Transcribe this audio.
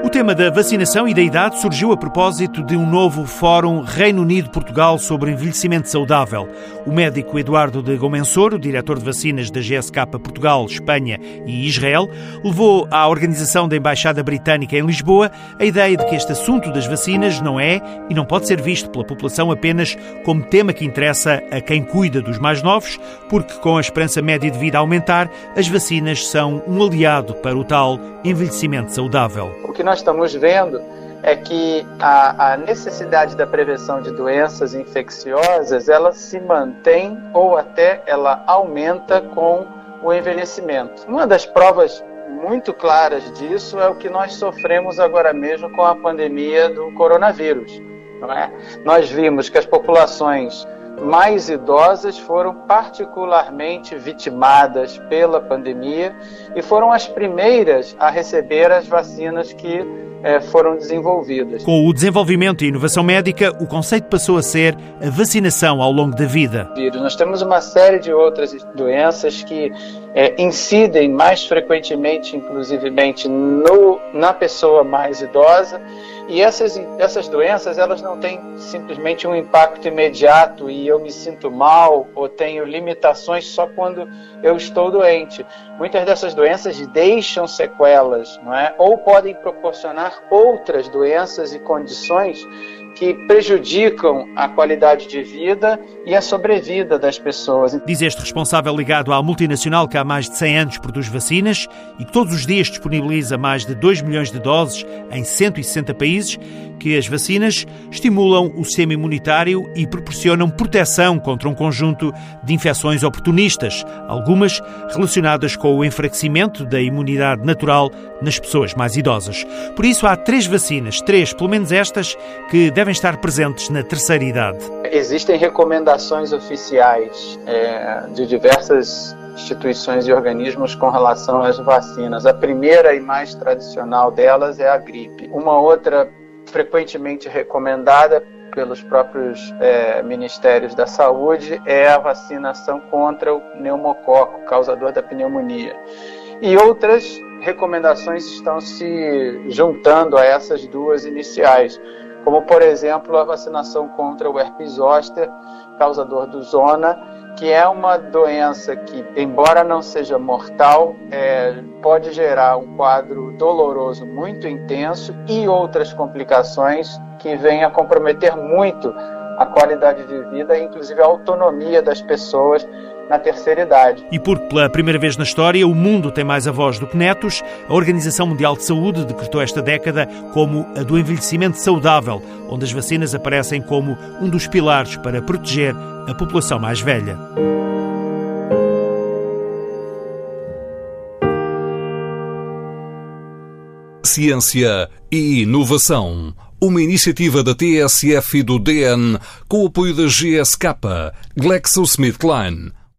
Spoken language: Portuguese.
O tema da vacinação e da idade surgiu a propósito de um novo Fórum Reino Unido-Portugal sobre envelhecimento saudável. O médico Eduardo de Gomensoro, diretor de vacinas da GSK Portugal, Espanha e Israel, levou à organização da Embaixada Britânica em Lisboa a ideia de que este assunto das vacinas não é e não pode ser visto pela população apenas como tema que interessa a quem cuida dos mais novos, porque com a esperança média de vida a aumentar, as vacinas são um aliado para o tal envelhecimento saudável. O que nós estamos vendo é que a necessidade da prevenção de doenças infecciosas, ela se mantém ou até ela aumenta com o envelhecimento. Uma das provas muito claras disso é o que nós sofremos agora mesmo com a pandemia do coronavírus, não é? Nós vimos que as populações mais idosas foram particularmente vitimadas pela pandemia e foram as primeiras a receber as vacinas que foram desenvolvidas. Com o desenvolvimento e inovação médica, o conceito passou a ser a vacinação ao longo da vida. Nós temos uma série de outras doenças que incidem mais frequentemente, inclusivemente, na pessoa mais idosa, e essas doenças elas não têm simplesmente um impacto imediato e eu me sinto mal ou tenho limitações só quando eu estou doente. Muitas dessas doenças deixam sequelas, não é? Ou podem proporcionar outras doenças e condições que prejudicam a qualidade de vida e a sobrevida das pessoas. Diz este responsável ligado à multinacional que há mais de 100 anos produz vacinas e que todos os dias disponibiliza mais de 2 milhões de doses em 160 países, que as vacinas estimulam o sistema imunitário e proporcionam proteção contra um conjunto de infecções oportunistas, algumas relacionadas com o enfraquecimento da imunidade natural nas pessoas mais idosas. Por isso há 3 vacinas, pelo menos estas, que devem estar presentes na terceira idade. Existem recomendações oficiais de diversas instituições e organismos com relação às vacinas. A primeira e mais tradicional delas é a gripe. Uma outra frequentemente recomendada pelos próprios ministérios da saúde é a vacinação contra o pneumococo, causador da pneumonia. E outras recomendações estão se juntando a essas duas iniciais, como, por exemplo, a vacinação contra o herpes zoster, causador do zona, que é uma doença que, embora não seja mortal, pode gerar um quadro doloroso muito intenso e outras complicações que vêm a comprometer muito a qualidade de vida e, inclusive, a autonomia das pessoas na terceira idade. E porque pela primeira vez na história o mundo tem mais avós do que netos, a Organização Mundial de Saúde decretou esta década como a do envelhecimento saudável, onde as vacinas aparecem como um dos pilares para proteger a população mais velha. Ciência e inovação. Uma iniciativa da TSF e do DN com o apoio da GSK, GlaxoSmithKline.